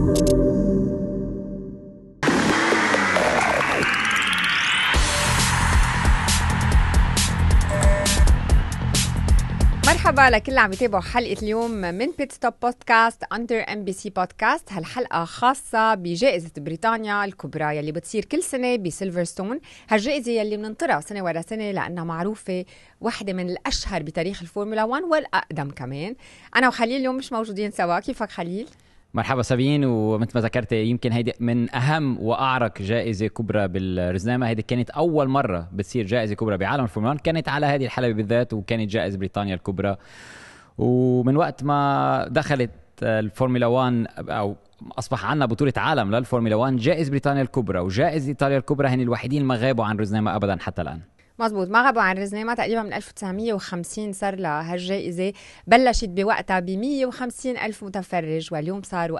مرحبا لكل اللي عم يتابعوا حلقة اليوم من بيت ستوب بودكاست أندر MBC بودكاست. هالحلقة خاصة بجائزة بريطانيا الكبرى يلي بتصير كل سنة بسيلفرستون. هالجائزة يلي بننطرها سنة ورا سنة لأنها معروفة واحدة من الأشهر بتاريخ الفورمولا 1 والأقدم كمان. أنا وخليل اليوم مش موجودين سوا. كيفك خليل؟ مرحبا سابين، ومثل ما ذكرت يمكن هيدي من أهم وأعرق جائزة كبرى بالرزنامة. هيدي كانت أول مرة بتصير جائزة كبرى بعالم الفورمولا 1، كانت على هذه الحلبة بالذات، وكانت جائزة بريطانيا الكبرى. ومن وقت ما دخلت الفورمولا 1 أو أصبح عنا بطولة عالم للفورمولا 1، جائزة بريطانيا الكبرى وجائزة إيطاليا الكبرى هن الوحيدين ما غابوا عن رزنامة أبدا حتى الآن. مزبوط، ما غابوا عن رزنامة تقريبا من 1950 صار لها هالجائزة. بلشت بوقتها ب150 ألف متفرج، واليوم صاروا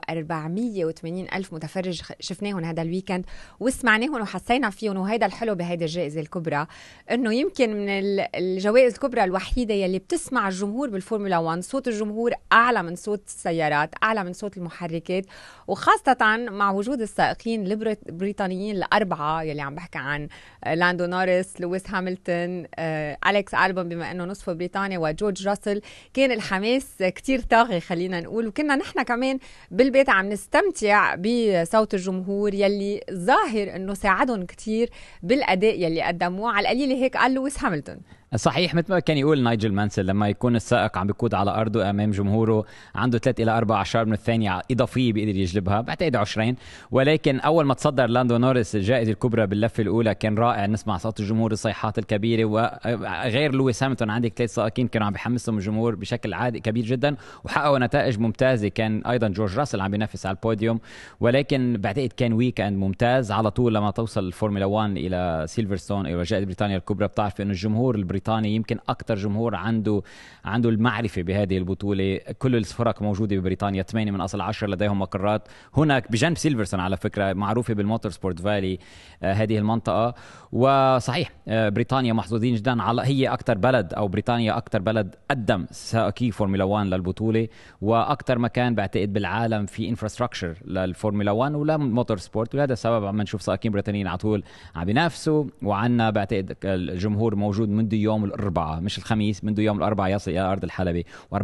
480 ألف متفرج شفناهم هذا الويكند وسمعناهم وحسينا فيهم. وهيدا الحلو بهيدا الجائزة الكبرى، انه يمكن من الجوائز الكبرى الوحيدة يلي بتسمع الجمهور بالفورمولا 1. صوت الجمهور أعلى من صوت السيارات، أعلى من صوت المحركات، وخاصة مع وجود السائقين البريطانيين الأربعة يلي عم بحكي عن لاندو نوريس، لويس هاملتون، أليكس ألبون بما أنه نصفه بريطانيا، وجورج راسل. كان الحماس كتير طاغي خلينا نقول، وكنا نحن كمان بالبيت عم نستمتع بصوت الجمهور يلي ظاهر أنه ساعدهم كتير بالأداء يلي قدموه. على القليل هيك قال لويس هاملتون. صحيح، مثل ما كان يقول نايجل مانسل، لما يكون السائق عم بيقود على أرضه أمام جمهوره عنده 3 إلى 4 أعشار من الثانية إضافية بيقدر يجلبها، بعتقد 20. ولكن أول ما تصدر لاندو نوريس الجائزة الكبرى باللفة الأولى كان رائع، نسمع صوت الجمهور، الصيحات الكبيرة. وغير لويس هاملتون عندك 3 سائقين كانوا عم بيحمسهم الجمهور بشكل عادي كبير جدا، وحققوا نتائج ممتازة. كان أيضا جورج راسل عم بينافس على البوديوم. ولكن بعتقد كان ويكند ممتاز على طول. لما توصل الفورمولا 1 إلى سيلفرستون إلى جائزة بريطانيا الكبرى، بتعرف إنه الجمهور البريطاني يمكن أكتر جمهور عنده المعرفة بهذه البطولة. كل الفرق موجودة ببريطانيا، 8 من أصل 10 لديهم مقرات هناك بجنب سيلفرستون، على فكرة معروفة بالموتور سبورت فالي هذه المنطقة. وصحيح بريطانيا محظوظين جدا، هي أكتر بلد، أو بريطانيا أكتر بلد قدم سائقي فورمولا 1 للبطولة، وأكتر مكان بعتقد بالعالم في انفراستراكشر للفورمولا 1 ولا موتور سبورت. ولهذا السبب عم نشوف سائقين بريطانيين على طول عم ينافسوا. وعنا بعتقد الجمهور موجود منذ يوم الأربعاء مش الخميس، منذ يوم الأربعاء يصل إلى أرض الحلبة.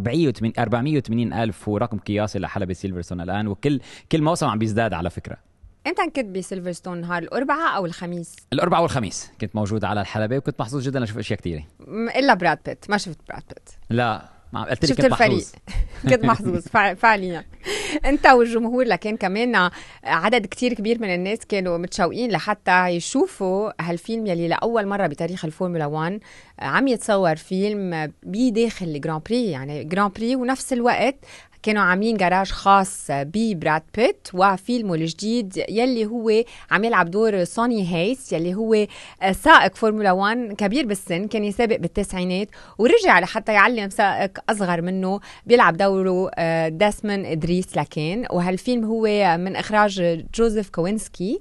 و480 ألف هو رقم قياسي لحلبة سيلفرستون الآن، وكل موسم عم بيزداد على فكرة. انت كنت بسيلفرستون نهار الأربعاء او الخميس؟ الأربعاء والخميس كنت موجود على الحلبة، وكنت محظوظ جدا اشوف اشياء كثيره. الا براد بيت، ما شفت براد بيت. لا، قلت لك شفت كنت الفريق محظوظ. كنت محظوظ فعليا. انت والجمهور، لكن كمان عدد كتير كبير من الناس كانوا متشوقين لحتى يشوفوا هالفيلم يلي لأول مرة بتاريخ الفورمولا 1 عم يتصور فيلم بداخل الجران بري، يعني جران بري. ونفس الوقت كانوا عاملين جراج خاص ببراد بيت وفيلمه الجديد يلي هو عم يلعب دور سوني هايس، يلي هو سائق فورمولا 1 كبير بالسن، كان يسابق بالتسعينات ورجع لحتى يعلم سائق أصغر منه بيلعب دوره داسمن إدريس لكن. وهالفيلم هو من إخراج جوزيف كوينسكي،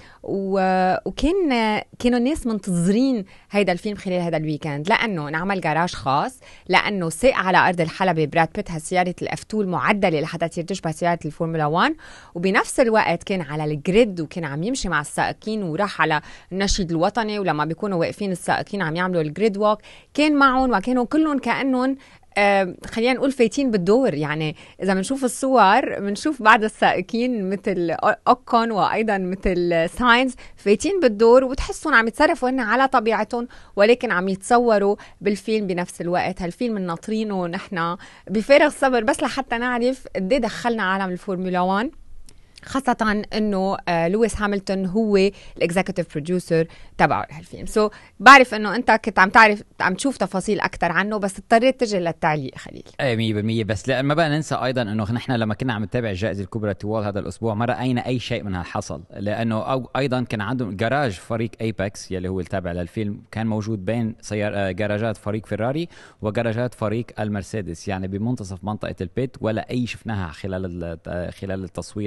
كانوا الناس منتظرين هيدا الفيلم خلال هذا الويكند، لأنه نعمل جراج خاص، لأنه ساق على أرض الحلبة براد بيت هالسيارة الF2 المعدلة لحتى تصير تشبه سيارة الفورمولا 1. وبنفس الوقت كان على الجريد وكان عم يمشي مع السائقين، وراح على النشيد الوطني. ولما بيكونوا واقفين السائقين عم يعملوا الجريد ووك كان معهم، وكانوا كلهم كأنهم خلينا نقول فايتين بالدور. يعني إذا منشوف الصور منشوف بعض السائقين مثل أوكون وأيضا مثل ساينز فايتين بالدور، وبتحسون عم يتصرفوا هن على طبيعتهم، ولكن عم يتصوروا بالفيلم بنفس الوقت. هالفيلم ناطرينه نحن بفارغ الصبر بس لحتى نعرف قد دخلنا عالم الفورمولا 1، خاصة انه لويس هاملتون هو الاكزيكتيف بروديوسر تبع هالفيلم. بعرف انه انت كنت عم تشوف تفاصيل اكثر عنه، بس اضطريت تجي للتعليق خليل. 100%. بس ما بقى ننسى ايضا انه نحن لما كنا عم نتابع الجائزة الكبرى طوال هذا الاسبوع ما راينا اي شيء من هالحصل، لانه ايضا كان عندهم جراج فريق ايباكس يلي هو التابع للفيلم، كان موجود بين جراجات فريق فيراري وجراجات فريق المرسيدس، يعني بمنتصف منطقة البيت، ولا اي شفناها خلال التصوير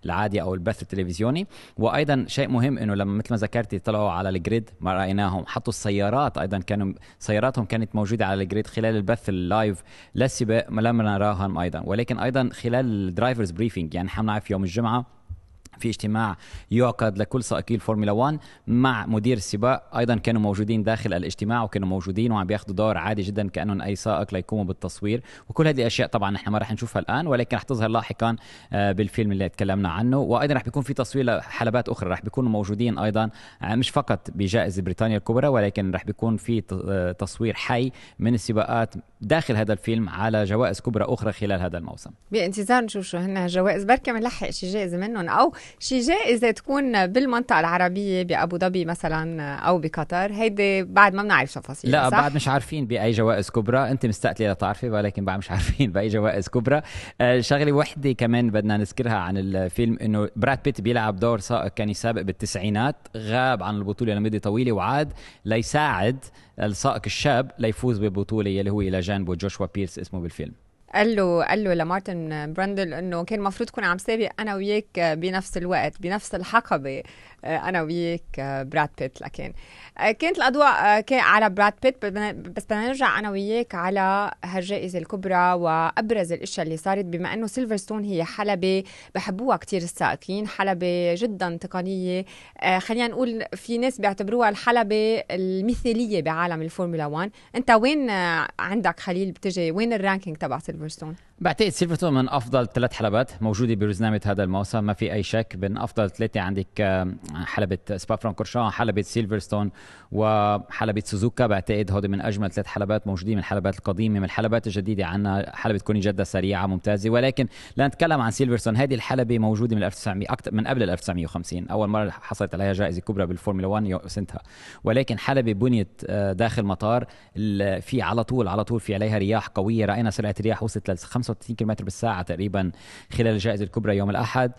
العادي او البث التلفزيوني. وايضا شيء مهم انه لما مثل ما ذكرتي طلعوا على الجريد ما رايناهم، حطوا السيارات ايضا، كانوا سياراتهم كانت موجوده على الجريد خلال البث اللايف للسباق ما لم نراهم ايضا. ولكن ايضا خلال الدرايفرز بريفنج، يعني نحن نعرف يوم الجمعه في اجتماع يعقد لكل سائقي الفورمولا 1 مع مدير السباق، ايضا كانوا موجودين داخل الاجتماع وكانوا موجودين وعم بياخذوا دور عادي جدا كانهم اي سائق ليقوموا بالتصوير. وكل هذه الاشياء طبعا نحن ما رح نشوفها الان، ولكن رح تظهر لاحقا بالفيلم اللي تكلمنا عنه. وايضا رح بيكون في تصوير لحلبات اخرى، رح بيكونوا موجودين ايضا مش فقط بجائزه بريطانيا الكبرى، ولكن رح بيكون في تصوير حي من السباقات داخل هذا الفيلم على جوائز كبرى اخرى خلال هذا الموسم. بانتظار نشوف شو هن الجوائز، بركي بنلحق شي جائزه منهم او شي جائزه تكون بالمنطقه العربيه بابو ظبي مثلا او بقطر. هيدي بعد ما بنعرف تفاصيل. لا صح؟ بعد مش عارفين باي جوائز كبرى، انت مستقله لتعرفي، ولكن بعد مش عارفين باي جوائز كبرى. شغله وحده كمان بدنا نذكرها عن الفيلم، انه براد بيت بيلعب دور سائق كان يسابق بالتسعينات، غاب عن البطوله لمده طويله وعاد ليساعد السائق الشاب ليفوز بالبطوله اللي هو الى جانبه جوشوا بيرس اسمه بالفيلم. قال له لمارتن براندل انه كان المفروض كون عم سابق انا وياك بنفس الوقت بنفس الحقبه، انا وياك براد بيت. لكن كانت الاضواء على براد بيت. بس بدنا نرجع انا وياك على هالجائزه الكبرى وابرز الاشياء اللي صارت، بما انه سيلفرستون هي حلبه بحبوها كتير السائقين، حلبه جدا تقنيه. خلينا نقول في ناس بيعتبروها الحلبه المثاليه بعالم الفورمولا 1. انت وين عندك خليل بتجي وين الرانكينج تبع سيلفرستون؟ بعتقد سيلفرستون من افضل 3 حلبات موجوده برزنامه هذا الموسم، ما في اي شك. من افضل 3 عندك حلبة سبا فرانكورشان، حلبة سيلفرستون، وحلبة سوزوكا. بعتقد هودي من اجمل 3 حلبات موجودين من الحلبات القديمه. من الحلبات الجديده عندنا حلبة كوني جده سريعه ممتازه. ولكن لنتكلم عن سيلفرستون، هذه الحلبة موجوده من 1900 اكثر من قبل 1950، اول مره حصلت عليها جائزه كبرى بالفورمولا 1 سنتها. ولكن حلبة بنيت داخل مطار، في على طول في عليها رياح قويه، راينا سرعه رياح وصلت ل 35 كم بالساعه تقريبا خلال الجائزه الكبرى يوم الاحد.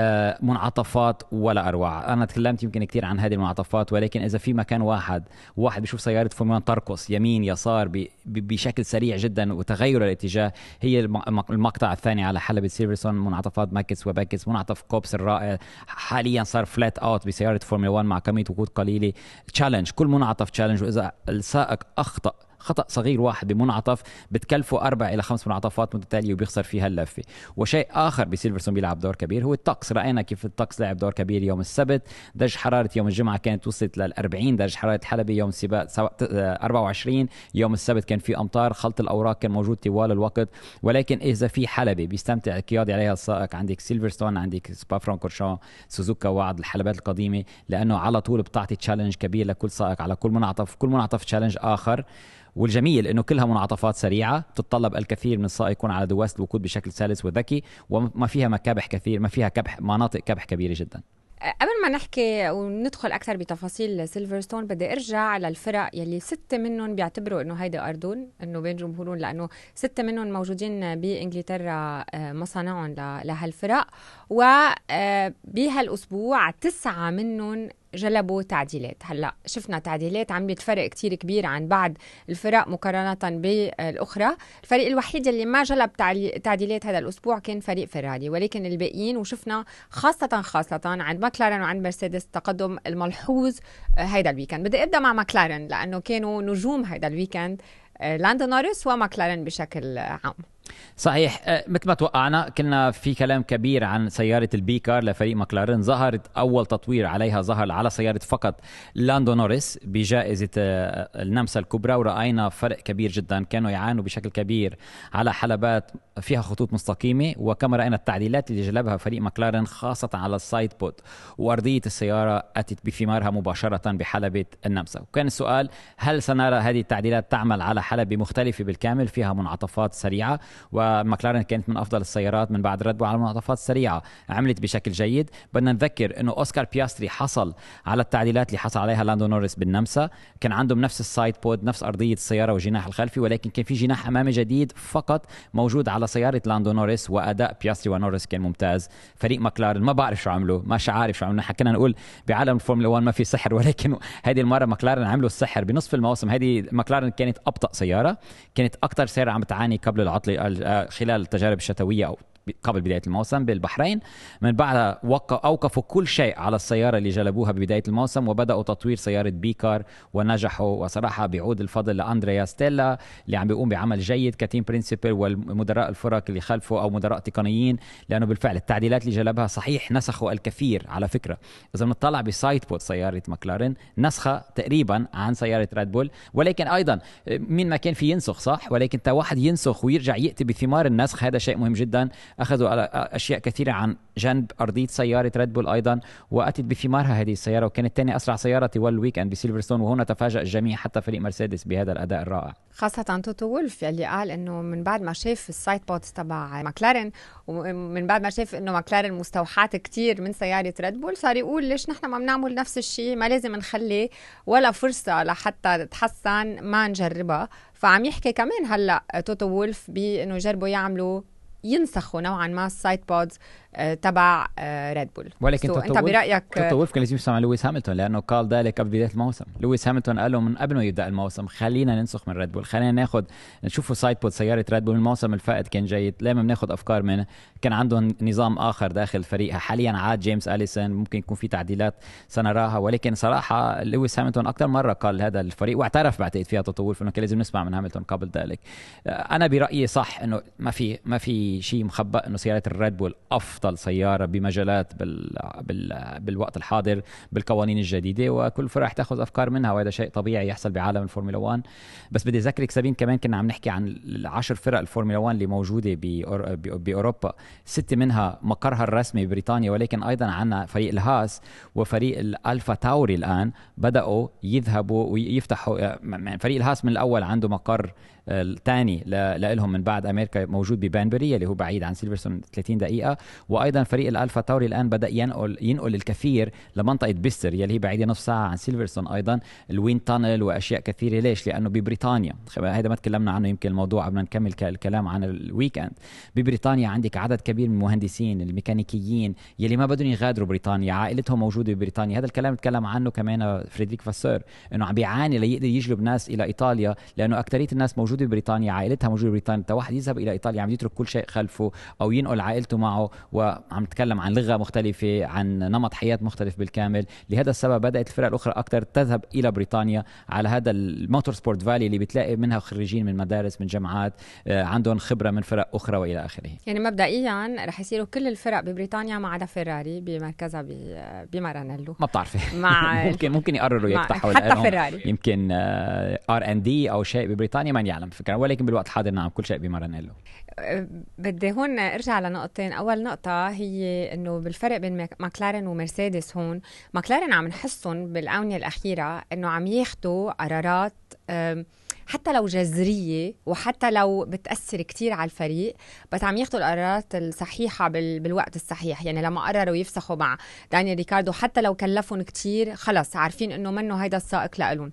منعطفات ولا اروع. انا تكلمت يمكن كثير عن هذه المنعطفات، ولكن اذا في مكان واحد بيشوف سياره فورمولا 1 ترقص يمين يسار بشكل سريع جدا وتغير الاتجاه، هي المقطع الثاني على حلبة سيلفرستون، منعطفات ماكس وباكس. منعطف كوبس الرائع حاليا صار فلات اوت بسياره فورمولا 1 مع كميه وقود قليله. تشالنج، كل منعطف تشالنج، واذا السائق اخطا خطأ صغير واحد بمنعطف بتكلفه 4 إلى 5 منعطفات متتالية وبيخسر فيها اللفة. وشيء آخر بسيلفرستون بيلعب دور كبير هو الطقس. رأينا كيف الطقس لعب دور كبير يوم السبت. درجة حرارة يوم الجمعة كانت وصلت لل40 درجة حرارة حلبة، يوم السباق 24. يوم السبت كان في أمطار، خلط الأوراق كان موجود طوال الوقت. ولكن إذا في حلبة بيستمتع القيادة عليها السائق، عندك سيلفرستون، عندك سبا فرانكورشان، سوزوكا، وعد الحلبات القديمة، لأنه على طول بتعطي تشالنج كبير لكل سائق على كل منعطف تشالنج آخر. والجميل انه كلها منعطفات سريعه تتطلب الكثير من السائق يكون على دواسه الوقود بشكل سلس وذكي، وما فيها مكابح كثير، ما فيها مناطق كبح كبيره جدا. قبل ما نحكي وندخل أكثر بتفاصيل سيلفرستون، بدي أرجع للفرق يلي 6 منهم بيعتبروا إنه هيدا أرضهم، إنه بين جمهورهم، لأنه 6 منهم موجودين بإنجلترا مصانعهم لهالفرق. وبهالأسبوع 9 منهم جلبوا تعديلات. هلا شفنا تعديلات عملت فرق كتير كبير عن بعض الفرق مقارنة بالأخرى. الفريق الوحيد اللي ما جلب تعديلات هذا الأسبوع كان فريق فيراري، ولكن الباقيين، وشفنا خاصة عند ماكلارن وعند مرسيدس التقدم الملحوظ هيدا الويكند. بدي أبدأ مع ماكلارن لأنه كانوا نجوم هيدا الويكند، لاندو نوريس وماكلارن بشكل عام. صحيح، مثل ما توقعنا كنا في كلام كبير عن سيارة البيكار لفريق ماكلارن. ظهرت أول تطوير عليها، ظهر على سيارة فقط لاندو نوريس بجائزة النمسا الكبرى، ورأينا فرق كبير جدا. كانوا يعانوا بشكل كبير على حلبات فيها خطوط مستقيمة، وكما رأينا التعديلات اللي جلبها فريق ماكلارن خاصة على السايد بوت، وأرضية السيارة أتت بثمارها مباشرة بحلبة النمسا. وكان السؤال هل سنرى هذه التعديلات تعمل على حلبة مختلفة بالكامل فيها منعطفات سريعة؟ وماكلارن كانت من أفضل السيارات من بعد ريد بول على المنعطفات السريعة، عملت بشكل جيد. بدنا نذكر أنه أوسكار بياستري حصل على التعديلات اللي حصل عليها لاندو نوريس بالنمسا. كان عندهم نفس السايد بود، نفس أرضية السيارة والجناح الخلفي، ولكن كان في جناح أمامي جديد فقط موجود على سيارة لاندو نوريس، وأداء بياستري ونوريس كان ممتاز. فريق ماكلارن ما بعرف شو عملوا، مش عارف شو عملوا. حكينا نقول بعالم الفورمولا 1 ما في سحر، ولكن هذه المرة ماكلارن عملوا السحر بنصف الموسم. هذه ماكلارن كانت أبطأ سيارة، كانت أكثر سيارة عم تعاني قبل العطلة خلال التجارب الشتوية أو قبل بداية الموسم بالبحرين. من بعدها أوقفوا كل شيء على السيارة اللي جلبوها ببداية الموسم وبدأوا تطوير سيارة بيكار ونجحوا. وصراحة بيعود الفضل لأندريا ستيلا اللي عم بيقوم بعمل جيد كتيم برينسيبل والمدراء الفرق اللي خلفه أو مدراء تقنيين، لأنه بالفعل التعديلات اللي جلبها صحيح نسخوا الكثير. على فكرة إذا بنطلع بسايت بوت سيارة ماكلارين نسخة تقريبا عن سيارة ريد بول، ولكن أيضا مين ما كان في ينسخ صح، ولكن واحد ينسخ ويرجع يأتي بثمار النسخ هذا شيء مهم جدا. أخذوا أشياء كثيرة عن جنب أرضية سيارة ريد بول أيضا وأتت بثمارها هذه السيارة، وكانت تاني أسرع سيارة طوال الويكند بسيلفرستون. وهنا تفاجأ الجميع حتى فريق مرسيدس بهذا الأداء الرائع، خاصة توتو وولف يلي قال إنه من بعد ما شاف السايد بودز تبع ماكلارين ومن بعد ما شاف إنه ماكلارين مستوحاة كتير من سيارة ريد بول صار يقول ليش نحن ما بنعمل نفس الشيء، ما لازم نخلي ولا فرصة لحتى تتحسن ما نجربها. فعم يحكي كمان هلأ توتو وولف بإنه يجربوا يعملوا ينسخوا نوعا ما السايد بودز تبع ريد بول. ولكن انت برايك توتو وولف كان لازم يسمع لويس هامilton لانه قال ذلك قبل بدايه الموسم. لويس هامilton قال له من قبل ما يبدا الموسم خلينا ننسخ من ريد بول، خلينا ناخذ نشوفوا سايد بود سياره ريد بول. الموسم الفائت كان جيد، لما بناخذ افكار منه. كان عندهم نظام اخر داخل فريقها، حاليا عاد جيمس أليسون ممكن يكون في تعديلات سنراها، ولكن صراحه لويس هامilton اكثر مره قال هذا الفريق واعترف بعتقد فيها توتو وولف انه كان لازم نسمع من هامilton قبل ذلك. انا برايي صح انه ما في شيء مخبأ انه سياره الريد بول افضل سياره بمجالات بالوقت الحاضر بالقوانين الجديده، وكل فرق تاخذ افكار منها وهذا شيء طبيعي يحصل بعالم الفورمولا 1. بس بدي اذكرك سابين كمان كنا عم نحكي عن العشر فرق الفورمولا 1 اللي موجوده باوروبا، 6 منها مقرها الرسمي ببريطانيا، ولكن ايضا عندنا فريق الهاس وفريق الالفا تاوري الان بداوا يذهبوا ويفتحوا. فريق الهاس من الاول عنده مقر الثاني لهم من بعد امريكا موجود ببانبري اللي هو بعيد عن سيلفرستون 30 دقيقه، وايضا فريق الالفا تاوري الان بدا ينقل الكثير لمنطقه بيستر يلي هي بعيده نص ساعه عن سيلفرستون، ايضا الوين تانل واشياء كثيره. ليش؟ لانه ببريطانيا هذا ما تكلمنا عنه يمكن الموضوع قبل ما نكمل الكلام عن الويكند. ببريطانيا عندك عدد كبير من المهندسين الميكانيكيين يلي ما بدهم يغادروا بريطانيا، عائلتهم موجوده ببريطانيا. هذا الكلام تكلم عنه كمان فريدريك فاسور انه عم بيعاني ليقدر يجلب ناس الى ايطاليا، لانه اكثريه الناس موجوده ببريطانيا، عائلتها موجوده ببريطانيا. واحد يذهب الى ايطاليا عم يترك كل شيء خلفه او ينقل عائلته معه، وعم نتكلم عن لغه مختلفه، عن نمط حياه مختلف بالكامل. لهذا السبب بدات الفرق الاخرى اكثر تذهب الى بريطانيا على هذا الموتور سبورت فالي اللي بتلاقي منها خريجين من مدارس من جامعات عندهم خبره من فرق اخرى والى اخره. يعني مبدئيا رح يصيروا كل الفرق ببريطانيا ما عدا فيراري بمركزها بمارانيلو. ما بتعرفي ممكن يقرروا يفتحوا حتى فيراري يمكن R&D او شيء ببريطانيا ما نعلم فكره، ولكن بالوقت الحاضر نعم كل شيء بمارانيلو. بدي هون ارجع لنقطتين. اول نقطه هي انه بالفرق بين ماكلارين ومرسيدس، هون ماكلارين عم نحسهم بالاونه الاخيره انه عم ياخذوا قرارات حتى لو جذريه وحتى لو بتاثر كتير على الفريق، بس عم ياخذوا القرارات الصحيحه بالوقت الصحيح. يعني لما قرروا يفسخوا مع دانيال ريكاردو حتى لو كلفهم كتير، خلص عارفين انه منه هيدا السائق لهم.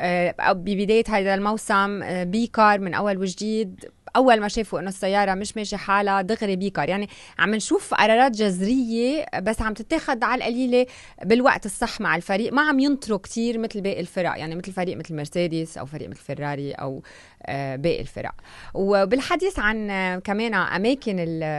ببدايه هيدا الموسم بيكار من اول وجديد، اول ما شافوا انه السياره مش ماشي حالها دغري بيكار. يعني عم نشوف قرارات جذريه بس عم تتاخد على القليله بالوقت الصح مع الفريق، ما عم ينطروا كتير مثل باقي الفرق، يعني مثل فريق مثل مرسيدس او فريق مثل فيراري او باقي الفرق. وبالحديث عن كمان اماكن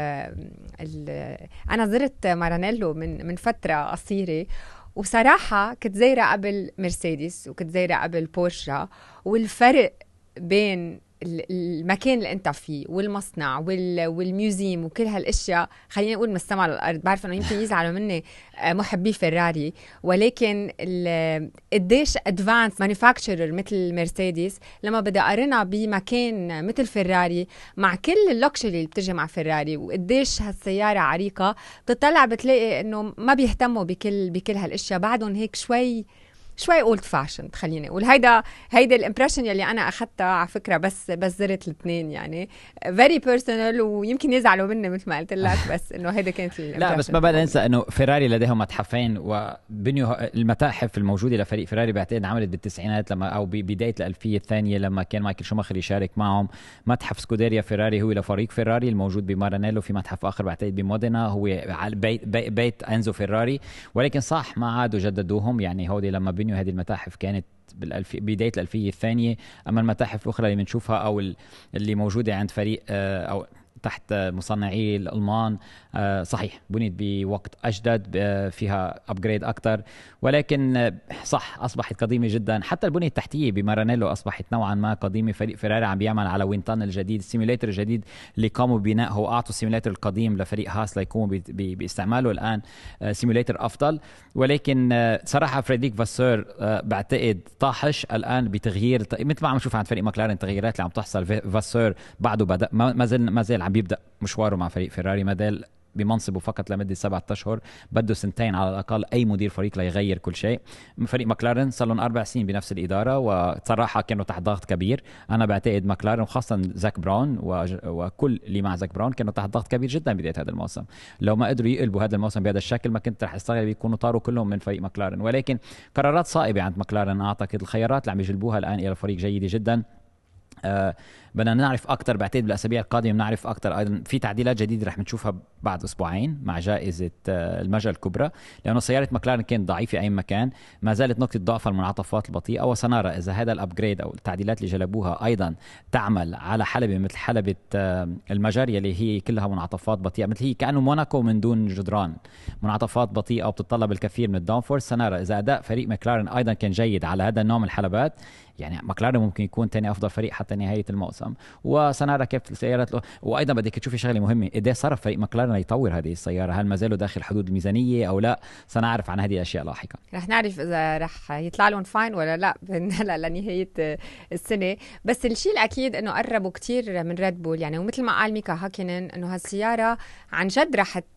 انا زرت مارانيلو من فتره قصيره، وصراحه كنت زايره قبل مرسيدس وكنت زايره قبل بورشا، والفرق بين المكان اللي انت فيه والمصنع والميوزيم وكل هالاشياء خلينا نقول من السماء للارض. بعرف انه يمكن يزعلوا مني محبي فيراري، ولكن قديش ادفانس مانيفاكتشرر مثل مرسيدس لما بدي اقارنها بمكان مثل فيراري مع كل اللوكشري اللي بتجي مع فيراري، وقديش هالسياره عريقه، بتطلع بتلاقي انه ما بيهتموا بكل هالاشياء، بعدهم هيك شوي اولد فاشند خليني اقول. هيدا الامبريشن يلي انا اخذتها على فكره، بس زرت الاثنين يعني فيري بيرسونال، ويمكن يزعلوا مني مثل ما قلت لك، بس انه هيدا كانت لا بس ما بدنا ننسى انه فيراري لديهم متحفين، وبنيوا المتاحف الموجوده لفريق فيراري بعتقد عملت بالتسعينات لما او ببدايه الالفيه الثانيه لما كان مايكل شوماخر يشارك معهم. متحف سكوديريا فيراري هو لفريق فيراري الموجود بمارانيلو، في متحف اخر بعتقد بمودينا هو على بيت انزو فيراري، ولكن صح ما عادوا جددوهم. يعني هودي لما بنيوا هذه المتاحف كانت بداية الألفية الثانية، أما المتاحف الأخرى اللي بنشوفها أو اللي موجودة عند فريق أو تحت مصنعي الألمان. صحيح بنيت بوقت أجدد، فيها أبجريد أكتر، ولكن صح أصبحت قديمة جدا. حتى البنية التحتية بمارانيلو أصبحت نوعا ما قديمة. فريق فيراري عم بيعمل على وين تانل الجديد، السيميوليتر الجديد اللي قاموا ببنائه، أعطوا السيميوليتر القديم لفريق هاس ليقوموا باستعماله الآن سيميوليتر أفضل. ولكن صراحة فريدريك فاسور بعتقد طاحش الآن بتغيير، مثل ما عم نشوف عند فريق ماكلارين التغييرات اللي عم تحصل. فاسور بعده بدأ، ما زال عم بيبدأ مشواره مع فريق فيراري، ما زال بمنصبه فقط لمدة 7 أشهر، بده 2 على الأقل أي مدير فريق ليغير كل شيء. فريق ماكلارين صار لهم 4 سنين بنفس الإدارة، وصراحة كانوا تحت ضغط كبير. أنا بعتقد ماكلارين وخاصة زاك براون وكل اللي مع زاك براون كانوا تحت ضغط كبير جدا بداية هذا الموسم. لو ما قدروا يقلبوا هذا الموسم بهذا الشكل ما كنت رح استغرب يكونوا طاروا كلهم من فريق ماكلارين. ولكن قرارات صائبة عند ماكلارين. أعتقد الخيارات اللي عم يجلبوها الآن إلى الفريق جيدة جدا. بدنا نعرف أكتر بعتقد بالأسابيع القادمة، بنعرف أكتر. أيضا في تعديلات جديدة رح نشوفها بعد أسبوعين مع جائزة المجلة الكبرى، لأنه سيارة ماكلارين كانت ضعيفة أي مكان. ما زالت نقطة ضعف المنعطفات البطيئة، وسنرى إذا هذا الأبجريد أو التعديلات اللي جلبوها أيضا تعمل على حلبة مثل حلبة المجر اللي هي كلها منعطفات بطيئة، مثل هي كأنه موناكو من دون جدران، منعطفات بطيئة وبتتطلب الكثير من الداونفورس. سنرى إذا أداء فريق ماكلارين أيضا كان جيد على هذا النوع من الحلبات، يعني ماكلارين ممكن يكون تاني أفضل فريق حتى نهاية الموسم. وسنرى كيف السيارات وأيضا بدك تشوفي شغلة مهمة، إذا صرف فريق ماكلارين يطور هذه السيارة، هل ما زالوا داخل حدود الميزانية أو لا؟ سنعرف عن هذه الأشياء لاحقا. رح نعرف إذا رح يطلع لهم فاين ولا لا هلا لنهاية السنة. بس الشيء الأكيد إنه قربوا كتير من ريد بول، يعني ومثل ما قال ميكا هاكينن إنه هالسيارة عن جد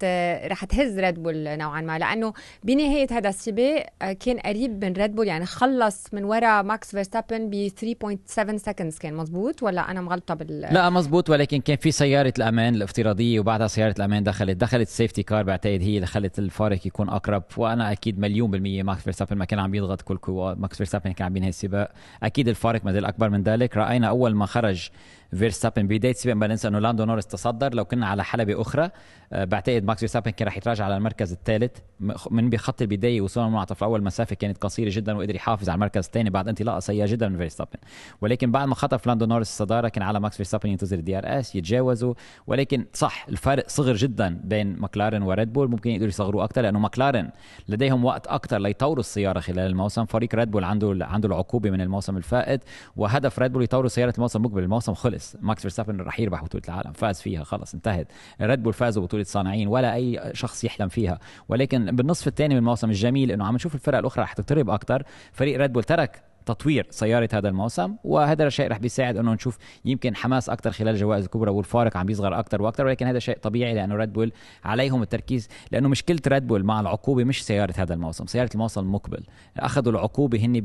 رح تهز ريد بول نوعا ما، لأنه بنهاية هذا السباق كان قريب من ريد بول، يعني خلص من وراء ماكس فيرستابن ب 3.7 سكندز. كان مزبوط ولا أنا مغلطة لا مزبوط، ولكن كان في سيارة الأمان الافتراضية وبعدها سيارة الأمان دخلت السيفتي كار، بعتقد هي اللي خلت الفارق يكون أقرب. وأنا أكيد 1,000,000% ماكس فيرستابن ما كان عم يضغط كل قوة، ماكس فيرستابن كان عم بينهي السباق. أكيد الفارق ما زال أكبر من ذلك. رأينا أول ما خرج فيرستابن بداية السباق ما ننسى إنه لاندو نورس تصدر، لو كنا على حلبة أخرى بعتقد ماكس فيرستابن كان راح يتراجع على المركز الثالث. من بخط البداية وصولا المنعطف الأول مسافة كانت قصيرة جدا، وقدر يحافظ على المركز الثاني بعد انطلاقة سيئة جدا من فيرستابن. ولكن بعد ما خطف لاندو نورس الصدارة كان على ماكس فيرستابن ينتظر الدي ار اس يتجاوزوا. ولكن صح الفارق صغر جدا بين ماكلارين وريد بول، ممكن يقدروا يصغروه أكثر لأنه ماكلارين لديهم وقت أكثر ليطوروا السيارة خلال الموسم. فريق ريد بول عنده العقوبة من الموسم الفائت، وهدف ريد بول يطوروا سيارة الموسم المقبل. الموسم خلص، ماكس فيرستابن رح يربح بطولة العالم، فاز فيها خلص انتهت. ريد بول فازوا بطولة صانعين ولا أي شخص يحلم فيها. ولكن بالنصف الثاني من الموسم الجميل إنه عم نشوف الفرق الأخرى رح تقترب أكثر. فريق ريد بول ترك تطوير سيارة هذا الموسم، وهذا الشيء رح بيساعد انه نشوف يمكن حماس اكثر خلال الجوائز الكبرى، والفارق عم بيصغر اكثر واكثر. ولكن هذا شيء طبيعي لانه ريد بول عليهم التركيز، لانه مشكلة ريد بول مع العقوبة مش سيارة هذا الموسم، سيارة الموسم المقبل. اخذوا العقوبة هن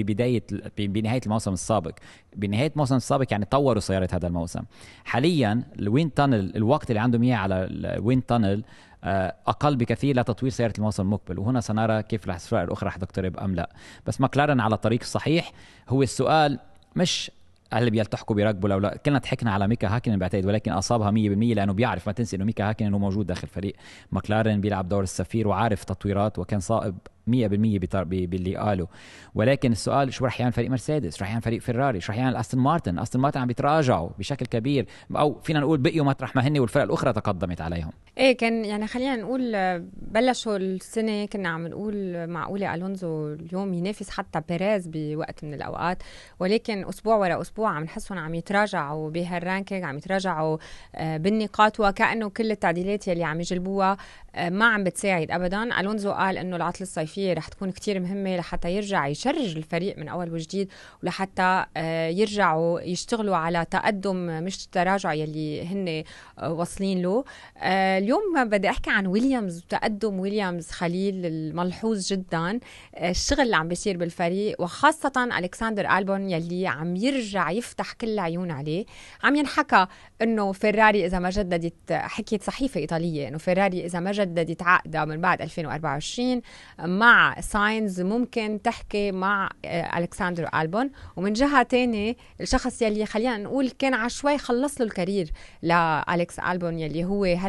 بنهاية الموسم السابق. بنهاية الموسم السابق يعني طوروا سيارة هذا الموسم. حاليا الوين تانل، الوقت اللي عندهم اياه على الوين تانل أقل بكثير لتطوير سيارة الموسم المقبل. وهنا سنرى كيف الأسواق الأخرى رح تقترب أم لا. بس ماكلارين على الطريق الصحيح. هو السؤال مش هل بيلتحقوا بركبوا لو لا. كنا ضحكنا على ميكا هاكينن بعتقد، ولكن أصابها 100% لأنه بيعرف. ما تنسي إنه ميكا هاكينن هو موجود داخل فريق ماكلارين، بيلعب دور السفير وعارف تطويرات، وكان صائب 100% باللي قاله. ولكن السؤال شو رح يعمل فريق مرسيدس، رح يعمل فريق فيراري، رح يعمل أستون مارتن عم بيتراجعوا بشكل كبير، أو فينا نقول بقيوا مطرح ما هني والفرق الأخرى تقدمت عليهم. ايه كان يعني خلينا نقول بلشوا السنة كنا عم نقول معقولة ألونزو اليوم ينافس حتى بيريز بوقت من الأوقات، ولكن أسبوع ورا أسبوع عم نحسهم عم يتراجعوا بهالرانكينج، عم يتراجعوا بالنقاط، وكأنه كل التعديلات يلي عم يجلبوها ما عم بتساعد أبدا. ألونزو قال إنه العطلة الصيفية رح تكون كتير مهمة لحتى يرجع يشرج الفريق من أول وجديد، ولحتى يرجعوا يشتغلوا على تقدم مش تراجع يلي هن واصلين له. اليوم بدي أحكي عن ويليامز وتقدم ويليامز خليل الملحوظ جدا، الشغل اللي عم بيصير بالفريق، وخاصة ألكسندر ألبون يلي عم يرجع يفتح كل عيون عليه. عم ينحكى إنه فيراري إذا ما جددت، حكيت صحيفة إيطالية إنه فيراري إذا ما جددت عقدها من بعد 2024 مع ساينز ممكن تحكي مع ألكسندر ألبون. ومن جهة تانية الشخص يلي خلينا نقول كان عشوائي خلص له الكارير لأليكس ألبون يلي هو هلمت ماركو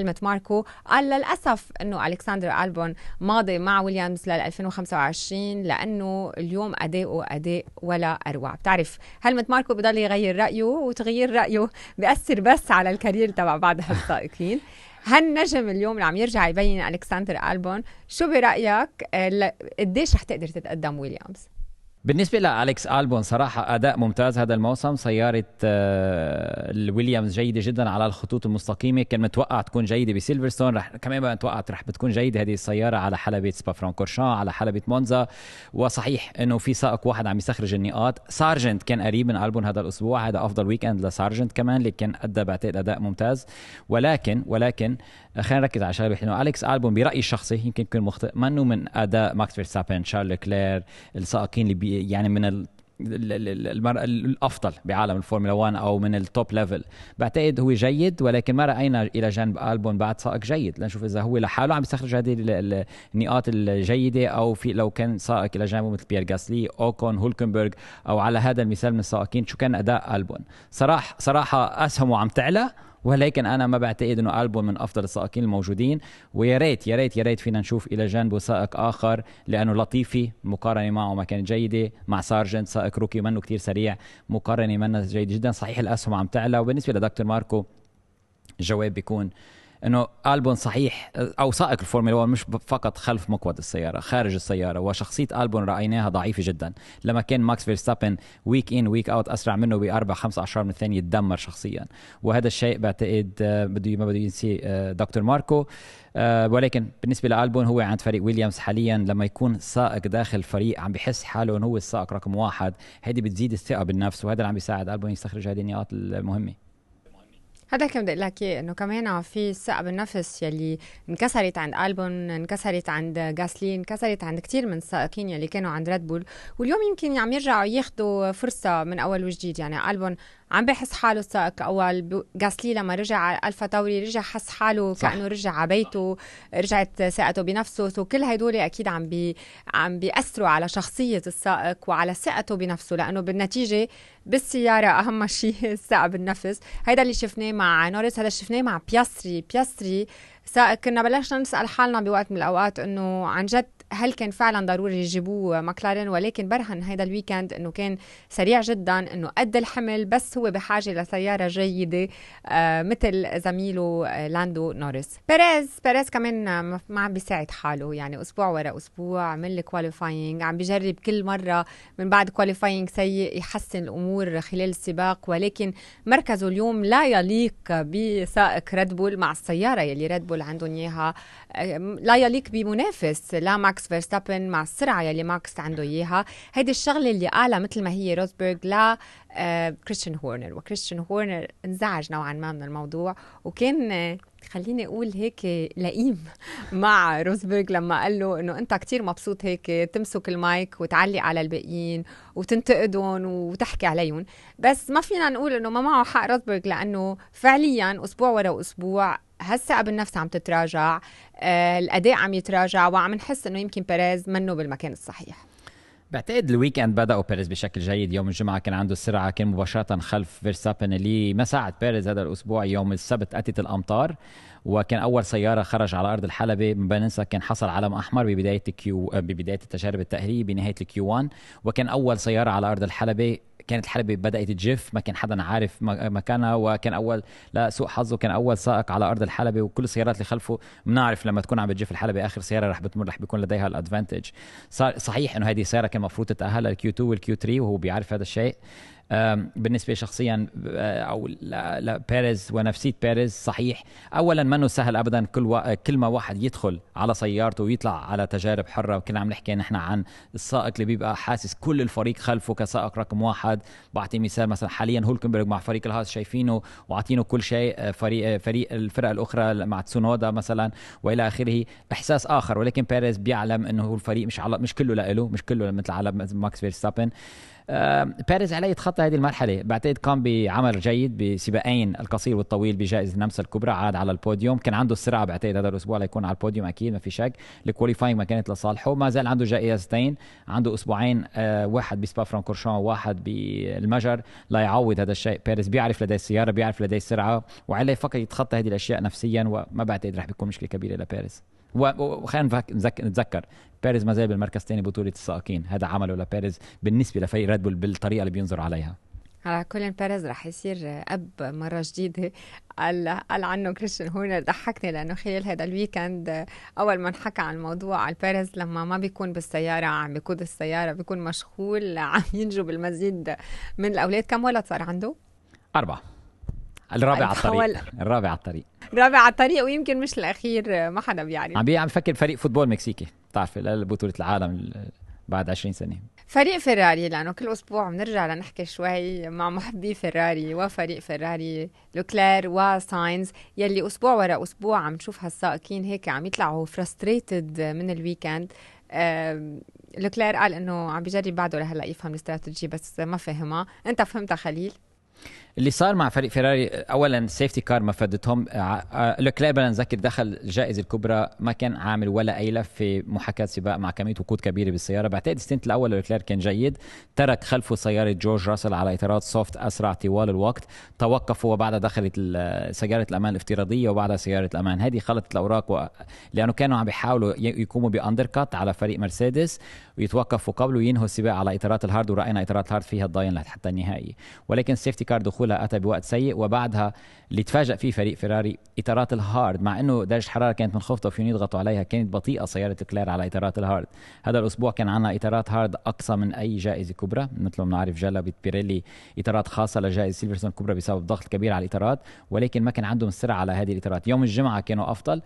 ماركو قال للأسف أنه ألكسندر ألبون ماضي مع ويليامز لل 2025 لأنه اليوم أداؤه أداء ولا أروع. بتعرف هلمت ماركو بضل يغير رأيه، وتغيير رأيه بيأثر بس على الكارير تبع بعض هالسائقين. هالنجم اليوم اللي عم يرجع يبين ألكسندر ألبون، شو برأيك قديش رح تقدر تتقدم ويليامز؟ بالنسبة لأليكس ألبون صراحة أداء ممتاز هذا الموسم. سيارة الويليامز جيدة جدا على الخطوط المستقيمة، كان متوقع تكون جيدة بسيلفرستون، كمان ما توقعت رح بتكون جيدة هذه السيارة على حلبة سبا فرانكورشان، على حلبة مونزا. وصحيح أنه في سائق واحد عم يستخرج النقاط. سارجنت كان قريب من ألبون هذا الأسبوع، هذا أفضل ويكند لسارجنت كمان اللي كان أدى بعتقد أداء ممتاز. ولكن خلينا نركز على شغله، انه أليكس ألبون برأيي الشخصي يمكن يكون مخطئ، منه من أداء ماكس فيرستابن، شارل كلير، السائقين اللي يعني من الافضل بعالم الفورمولا 1 او من التوب ليفل. بعتقد هو جيد، ولكن ما راينا الى جانب ألبون بعد سائق جيد. لنشوف اذا هو لحاله عم يستخرج هذه النقاط الجيده، او في لو كان سائق الى جانبه مثل بيير غاسلي، اوكون، هولكنبرغ، او على هذا المثال من السائقين شو كان اداء ألبون. صراحه اسهمه عم تعلى، ولكن انا ما بعتقد انه ألبون من افضل السائقين الموجودين. ويا ريت يا ريت يا ريت فينا نشوف الى جانبه سائق اخر، لانه لطيفي مقارنه معه ما كانت جيده. مع سارجنت سائق روكي منه كتير سريع، مقارنه منه جيده جدا. صحيح الاسهم عم تعلى. وبالنسبه لدكتور ماركو الجواب بيكون انه ألبون صحيح او سائق الفورمولا 1 مش فقط خلف مقود السياره، خارج السياره. وشخصيه ألبون رايناها ضعيفه جدا. لما كان ماكس فيرستابن ويك ان ويك اوت اسرع منه ب4-5 من الثانيه، يتدمر شخصيا. وهذا الشيء بعتقد ما بده ينسي دكتور ماركو. ولكن بالنسبه لألبون هو عند فريق ويليامز حاليا، لما يكون سائق داخل فريق عم بحس حاله انه هو السائق رقم 1، هيدي بتزيد الثقه بالنفس، وهذا اللي عم بيساعد ألبون يستخرج هذه النقاط المهمه. هذا كم بدي اقول لك اياه، انه كمان في الثقه بالنفس يلي انكسرت عند ألبون، انكسرت عند غاسلي، انكسرت عند كتير من السائقين يلي كانوا عند ريد بول، واليوم يمكن عم يرجعوا ياخذوا فرصه من اول وجديد. يعني ألبون عم بحس حاله السائق اول، غاسلي لما رجع على الفا تاوري رجع حس حاله كانه رجع على بيته، رجعت ثقته بنفسه. وكل هدول اكيد عم بيأثروا على شخصيه السائق وعلى ثقته بنفسه، لانه بالنتيجه بالسياره اهم شيء الثقه بالنفس. هيدا اللي شفناه مع نوريس، هذا شفناه مع بياستري سائق. كنا بلشنا نسال حالنا بوقت من الاوقات انه عن جد هل كان فعلا ضروري يجيبوه ماكلارين، ولكن برهن هيدا الويكند انه كان سريع جدا، انه قد الحمل، بس هو بحاجه لسياره جيده مثل زميله لاندو نوريس. بيريز كمان ما عم بيساعد حاله، يعني اسبوع ورا اسبوع عمل كواليفاينج، عم بيجرب كل مره من بعد كواليفاينج سيء يحسن الامور خلال السباق، ولكن مركزه اليوم لا يليق بسائق ريد بول مع السياره يلي ريد بول عندهم اياها، لا يليق بمنافس لا ماكس فيرستابن مع السرعه يلي ماكس عنده اياها. هيدي الشغله اللي قالها مثل ما هي روزبرغ لا كريستيان هورنر، وكريستيان هورنر انزعج نوعا ما من الموضوع، وكان خليني اقول هيك لئيم مع روزبرغ لما قال له انه انت كتير مبسوط هيك تمسك المايك وتعلق على الباقيين وتنتقدهم وتحكي عليهم. بس ما فينا نقول انه ما معه حق روزبرغ، لانه فعليا اسبوع ورا اسبوع هالثقة بالنفس عم تتراجع، الأداء عم يتراجع، وعم نحس إنه يمكن بيريز منه بالمكان الصحيح. بعتقد الويكند بدأوا بيريز بشكل جيد. يوم الجمعة كان عنده السرعة، كان مباشرة خلف فيرستابن اللي ما ساعد بيريز هذا الأسبوع. يوم السبت أتت الأمطار وكان أول سيارة خرج على أرض الحلبة، ما بننسى كان حصل علم أحمر ببداية التجارب التأهيلية بنهاية الكيو 1، وكان أول سيارة على أرض الحلبة. كانت الحلبة بدأت تجف، ما كان حدا عارف مكانها، وكان أول لا سوء حظه كان أول سائق على أرض الحلبة، وكل السيارات اللي خلفه بنعرف لما تكون عم بتجف الحلبة آخر سيارة رح بتمر رح بيكون لديها الأدفانتج. صحيح إنه هذه السيارة كان مفروض تتأهل للكيو 2 والكيو 3 وهو بيعرف هذا الشيء. بالنسبة شخصيا أو لبيريز ونفسية بيريز، صحيح أولا منه سهل أبدا كل ما واحد يدخل على سيارته ويطلع على تجارب حرة. وكنا عم نحكي نحن عن السائق اللي بيبقى حاسس كل الفريق خلفه كسائق رقم 1. بعطي مثال مثلا حاليا هولكنبرغ مع فريق الهاس شايفينه وعطينه كل شيء، فريق الفرق الأخرى مع تسونودا مثلا وإلى آخره، إحساس آخر. ولكن بيريز بيعلم إنه الفريق مش كله لإله، مش كله مثل على ماكس فيرستابن. بيريز عليه يتخطى هذه المرحله. بعتقد كان بعمل جيد بسباقين القصير والطويل بجائزه النمسا الكبرى، عاد على البوديوم، كان عنده السرعه بعتقد هذا الاسبوع ليكون على البوديوم اكيد ما في شك. الكواليفاينج ما كانت لصالحه، ما زال عنده جائزتين، عنده اسبوعين واحد بسبا فرانكورشان وواحد بالمجر ليعوض هذا الشيء. بيريز بيعرف لديه السياره، بيعرف لديه السرعه، وعليه فقط يتخطى هذه الاشياء نفسيا، وما بعتقد رح بيكون مشكله كبيره لبيريز. وخلينا نتذكر بيريز ما زال بالمركز الثاني بطولة السائقين، هذا عمله لبيريز بالنسبة لفريق ريد بول بالطريقة اللي بينظر عليها. على كل بيريز رح يصير أب مرة جديدة. قال عنه كريستيان هورنر، ضحكني لأنه خلال هذا الويكند أول ما نحكى عن الموضوع على بيريز لما ما بيكون بالسيارة عم بيقود السيارة بيكون مشغول عم ينجو بالمزيد من الأولاد. كم ولد صار عنده؟ 4. الرابع على الطريق. الرابع على الطريق ويمكن مش الأخير، ما حدا بيعرف. عم بفكر فريق فوتبول مكسيكي بتعرف لبطولة العالم بعد 20 سنة. فريق فيراري، لأنه كل أسبوع بنرجع لنحكي شوي مع محبي فيراري وفريق فيراري لوكلير وساينز، يلي أسبوع ورا أسبوع عم نشوف هالسائقين هيك عم يطلعوا فرستريتد من الويكند. لوكلير قال إنه عم بيجرب بعده لهلا يفهم الاستراتيجي بس ما فهمها. أنت فهمتها خليل؟ اللي صار مع فريق فيراري اولا سيفتي كار ما فادتهم. لوكلير بدنا نذكر دخل الجائزه الكبرى ما كان عامل ولا اي لف في محاكاه سباق مع كميه وقود كبيره بالسياره. بعتقد الستنت الاول لوكلير كان جيد، ترك خلفه سياره جورج راسل على اطارات سوفت اسرع طوال الوقت، توقفوا وبعدها دخلت سياره الامان الافتراضيه وبعدها سياره الامان. هذه خلطت الاوراق لانه كانوا عم بيحاولوا يقوموا باندركات على فريق مرسيدس ويتوقفوا قبل وينهوا السباق على اطارات الهارد، وراينا اطارات الهارد فيها تضاين حتى النهائي. ولكن السيفتي كار دخولها اتى بوقت سيء، وبعدها اللي تفاجأ فيه فريق فيراري اطارات الهارد، مع انه درجه الحراره كانت منخفضه وفيهم يضغطوا عليها، كانت بطيئه سياره كلير على اطارات الهارد. هذا الاسبوع كان عندنا اطارات هارد اقصى من اي جائزه كبرى، مثل ما بنعرف جلبت بيريلي اطارات خاصه لجائزه سيلفرستون الكبرى بسبب الضغط الكبير على الاطارات، ولكن ما كان عندهم السرعه على هذه الاطارات. يوم الجمعه كانوا افضل،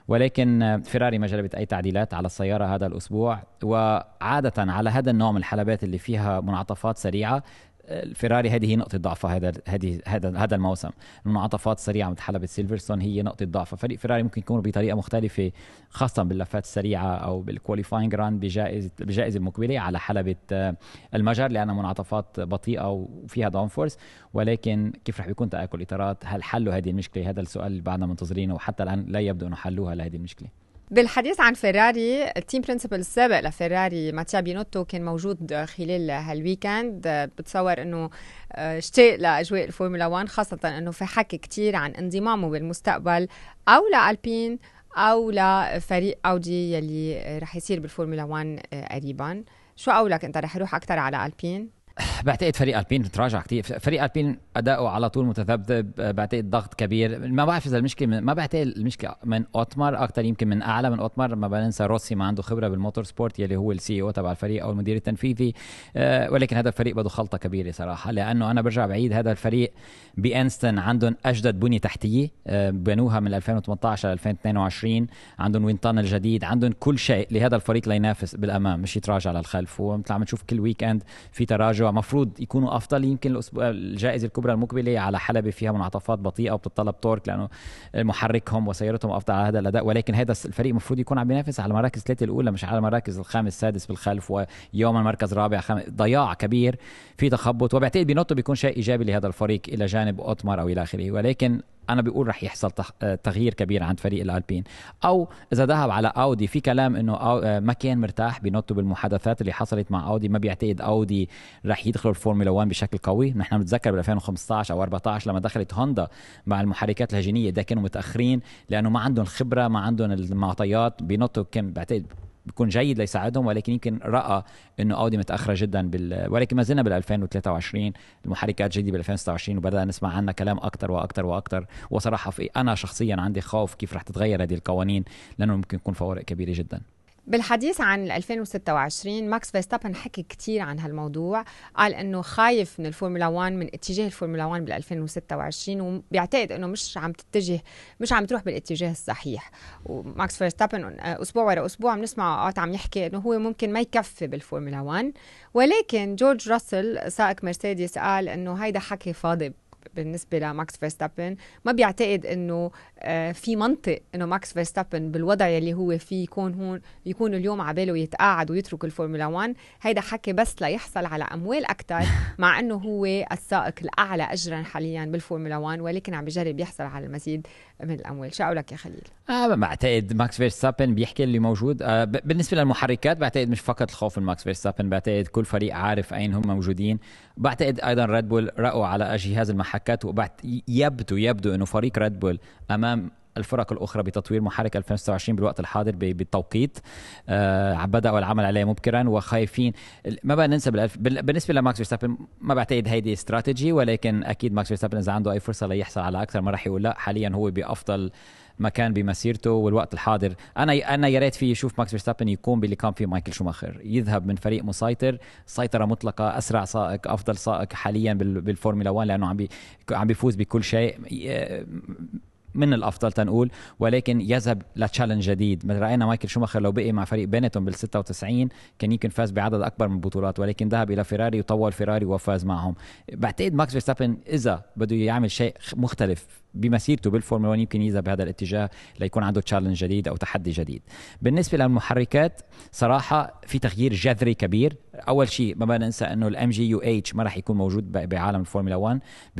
ولكن فيراري ما جلبت اي تعديلات على السياره هذا الاسبوع. وعاده على هذا النوع من الحلبات اللي فيها منعطفات سريعه، الفيراري هذه هي نقطة ضعفها هذا الموسم. المنعطفات السريعة مثل حلبة سيلفرستون هي نقطة ضعفها. فريق فيراري ممكن يكون بطريقة مختلفة خاصة باللفات السريعة أو بالكواليفاينج ران بجائزة المقبلة على حلبة المجر، لأنها منعطفات بطيئة وفيها داون فورس. ولكن كيف رح بيكون تآكل إطارات؟ هل حلوا هذه المشكلة؟ هذا السؤال اللي بعدنا منتظرينه، وحتى الآن لا يبدو أنه حلوها لهذه المشكلة. بالحديث عن فيراري، التيم برنسبل السابق لفيراري ماتيا بينوتو كان موجود خلال هالويكند. بتصور انه اشتاق لاجواء الفورمولا 1، خاصه انه في حكي كتير عن انضمامه بالمستقبل او لالبين او لفريق اودي يلي رح يصير بالفورمولا 1 قريبا. شو قولك انت، رح يروح اكثر على البين؟ بعتقد فريق البين تراجع كتير. فريق البين اداؤه على طول متذبذب، بعتقد ضغط كبير. ما بعرف اذا المشكله ما بعتقد المشكله من اوتمار اكثر، يمكن من اعلى من اوتمار. ما بننسى روسي ما عنده خبره بالموتور سبورت يلي هو السي او تبع الفريق او المدير التنفيذي. ولكن هذا الفريق بده خلطه كبيره صراحه، لانه انا برجع بعيد هذا الفريق بانستون عندهم اجدد بنيه تحتيه، بنوها من 2018 ل 2022. عندهم وين تانل جديد، عندهم كل شيء لهذا الفريق لينافس بالامام مش يتراجع للخلف. ومثل عم نشوف كل ويكند في تراجع، مفروض يكونوا افضل. يمكن الجائزه الكبرى المقبله على حلبة فيها منعطفات بطيئه وبتتطلب تورك لانه محركهم وسيارتهم افضل على هذا الاداء، ولكن هذا الفريق المفروض يكون عم ينافس على المراكز الثلاثه الاولى مش على المراكز الخامس السادس بالخلف، ويوما مركز رابع ضياع كبير في تخبط. وبعتقد بينوتو بيكون شيء ايجابي لهذا الفريق الى جانب اوتمار او الى اخره. ولكن أنا بقول رح يحصل تغيير كبير عند فريق الألبين. أو إذا ذهب على أودي، في كلام إنه ما كان مرتاح بينوتو بالمحادثات اللي حصلت مع أودي. ما بيعتقد أودي رح يدخلوا الفورمولا 1 بشكل قوي. نحن بنتذكر بال 2015 أو 14 لما دخلت هوندا مع المحركات الهجينية، ده كانوا متأخرين لأنه ما عندهم الخبرة، ما عندهم المعطيات. بينوتو كان بعتقد بيكون جيد ليساعدهم، ولكن يمكن رأى انه اودي متاخره جدا ولكن ما زلنا بال 2023 المحركات جديده بال 2026 وبدأنا نسمع عنها كلام اكثر واكثر واكثر. وصراحه انا شخصيا عندي خوف كيف رح تتغير هذه القوانين، لانه ممكن يكون فوارق كبيره جدا. بالحديث عن 2026 ماكس فيرستابن حكي كتير عن هالموضوع، قال انه خايف من الفورمولا 1 من اتجاه الفورمولا 1 بال 2026 وبيعتقد انه مش عم تروح بالاتجاه الصحيح. وماكس فيرستابن اسبوع ورا اسبوع عم نسمع عم يحكي انه هو ممكن ما يكفي بالفورمولا 1، ولكن جورج راسل سائق مرسيدس قال انه هيدا حكي فاضي بالنسبة لماكس فيرستابن. ما بيعتقد انه في منطق انه ماكس فيرستابن بالوضع يلي هو فيه يكون اليوم عباله يتقاعد ويترك الفورمولا 1. هيدا حكي بس ليحصل على اموال اكثر، مع انه هو السائق الاعلى اجرا حاليا بالفورمولا 1، ولكن عم بيجرب يحصل على المزيد من الاموال. شو قولك يا خليل؟ بعتقد ماكس فيرستابن بيحكي اللي موجود. بالنسبه للمحركات بعتقد مش فقط الخوف من ماكس فيرستابن، بعتقد كل فريق عارف اين هم موجودين. بعتقد ايضا ريد بول رأوا على جهاز المحكات، يبدو انه فريق ريد بول امام الفرق الأخرى بتطوير محرك 2026 بالوقت الحاضر بالتوقيت. بدأوا العمل عليه مبكرا وخايفين. ما بقى ننسى بالنسبة لماكس فيرستابن ما بعتقد هيدي استراتيجي، ولكن أكيد ماكس فيرستابن إذا عنده أي فرصة ليحصل على أكثر ما راح يقول لا. حاليا هو بأفضل مكان بمسيرته والوقت الحاضر. انا يا ريت فيه يشوف ماكس فيرستابن يكون باللي كان فيه مايكل شوماخر، يذهب من فريق مسيطر سيطره مطلقه، اسرع سائق، افضل سائق حاليا بالفورمولا 1، لانه عم بيفوز بكل شيء من الافضل تنقول، ولكن يذهب لتشالنج جديد. راينا مايكل شوماخر لو بقي مع فريق بينتون بال96 كان يمكن فاز بعدد اكبر من البطولات، ولكن ذهب الى فيراري وطول فيراري وفاز معهم. بعتقد ماكس فيرستابن اذا بده يعمل شيء مختلف بمسيرته بالفورمولا 1 يمكن يذهب بهذا الاتجاه ليكون عنده تشالنج جديد او تحدي جديد. بالنسبه للمحركات صراحه في تغيير جذري كبير. اول شيء ما ننسى انه الام جي يو اتش ما راح يكون موجود بعالم الفورمولا 1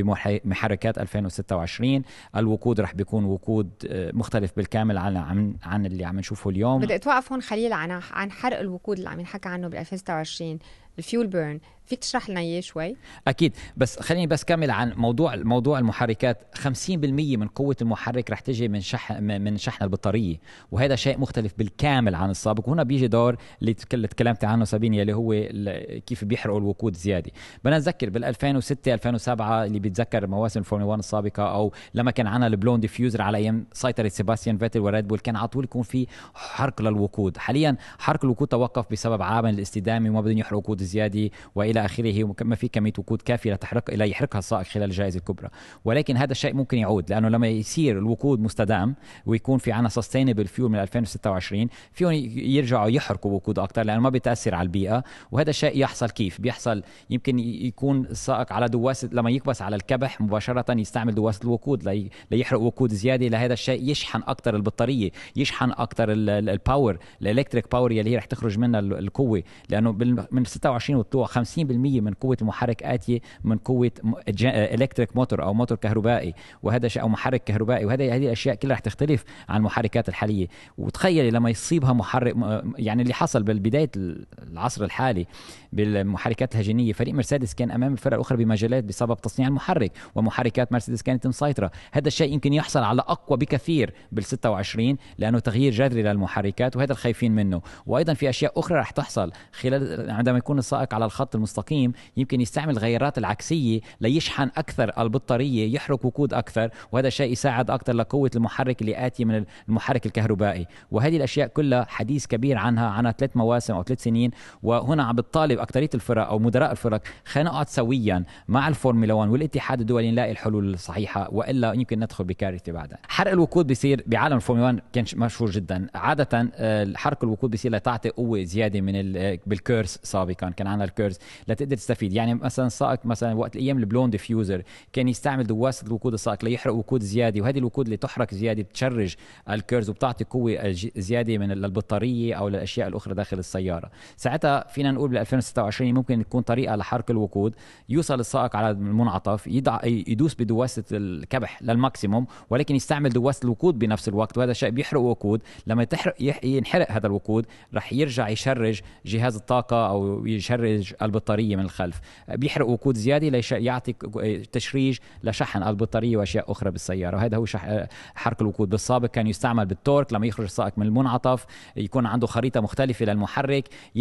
بمحركات 2026. الوقود راح بيكون وقود مختلف بالكامل عن اللي عم نشوفه اليوم. بدي اتوقف هون خليل عن حرق الوقود اللي عم ينحكى عنه بال 2026، الفيول بيرن. فيك تشرح لنا اياه شوي؟ اكيد، بس خليني بس كمل عن موضوع المحركات. 50% من قوه المحرك رح تجي من شحن البطاريه، وهذا شيء مختلف بالكامل عن السابق. وهنا بيجي دور اللي تكلمت عنه سابيني، اللي هو كيف بيحرقوا الوقود زياده. بدنا نذكر بال 2006 2007 اللي بيتذكر مواسم الفورمولا 1 السابقه، او لما كان عنا البلون ديفيوزر على ايام سيطره سيباستيان فيتل وريد بول، كان على طول يكون في حرق للوقود. حاليا حرق الوقود توقف بسبب عامل الاستدامه وما بدهم يحرقوا وقود زياده والى اخره، وما في كميه وقود كافيه ليحرقها السائق خلال الجائزه الكبرى. ولكن هذا الشيء ممكن يعود، لانه لما يصير الوقود مستدام ويكون في عنا سستينبل فيول من 2026 فيهم يرجعوا يحرقوا وقود اكثر، لانه ما بيتاثر على البيئه. وهذا الشيء يحصل كيف بيحصل؟ يمكن يكون السائق على دواسه، لما يكبس على الكبح مباشره يستعمل دواسه الوقود ليحرق وقود زياده. لهذا الشيء يشحن اكثر البطاريه، يشحن اكثر الباور، الالكتريك باور اللي هي رح تخرج منها القوه، لانه من 26 وطلوع 50% من قوه المحرك آتية من قوه الكتريك موتور او موتور كهربائي، وهذا شيء او محرك كهربائي. هذه الاشياء كلها رح تختلف عن المحركات الحاليه. وتخيلي لما يصيبها محرك، يعني اللي حصل بالبدايه العصر الحالي بالمحركات الهجينيه، فريق مرسيدس كان امام الفرق الاخرى بمجالات بسبب تصنيع المحرك، ومحركات مرسيدس كانت مسيطره. هذا الشيء يمكن يحصل على اقوى بكثير بال26 لانه تغيير جذري للمحركات، وهذا الخايفين منه. وايضا في اشياء اخرى رح تحصل خلال عندما يكون السائق على الخط المستقيم، يمكن يستعمل الغيارات العكسيه ليشحن اكثر البطاريه، يحرق وقود اكثر، وهذا الشيء يساعد اكثر لقوه المحرك اللي آتي من المحرك الكهربائي. وهذه الاشياء كلها حديث كبير عنها 3 مواسم او 3 سنين. وهنا عم بتطالب اكثريه الفرق او مدراء الفرق خلينا نقعد سويا مع الفورمولا 1 والاتحاد الدولي نلاقي الحلول الصحيحه، والا يمكن ندخل بكارثه بعدها. حرق الوقود بيصير بعالم الفورمولا 1 كان مشهور جدا. عاده حرق الوقود بيصير لتعطي قوه زياده من بالكيرس. سابقا كان عندنا الكيرس لتقدر تستفيد. يعني مثلا السائق مثلا وقت الايام البلون ديفيوزر كان يستعمل دواسه الوقود السائق ليحرق وقود زياده، وهذه الوقود اللي تحرق زياده بتشرج الكيرز وبتعطي قوه زياده من البطاريه او الاشياء الاخرى داخل السياره. ساعتها فينا نقول بال 2026 ممكن تكون طريقه لحرق الوقود، يوصل السائق على المنعطف يدوس بدواسه الكبح للماكسيموم، ولكن يستعمل دواسه الوقود بنفس الوقت، وهذا الشيء بيحرق وقود. لما ينحرق هذا الوقود رح يرجع يشرج جهاز الطاقه او يشرج البطاريه من الخلف، بيحرق وقود زياده يعطي تشريج لشحن البطاريه واشياء اخرى بالسياره. وهذا هو حرق الوقود. بالسابق كان يستعمل بالتورك، لما يخرج السائق من المنعطف يكون عنده خريطه مختلفه للمحرك،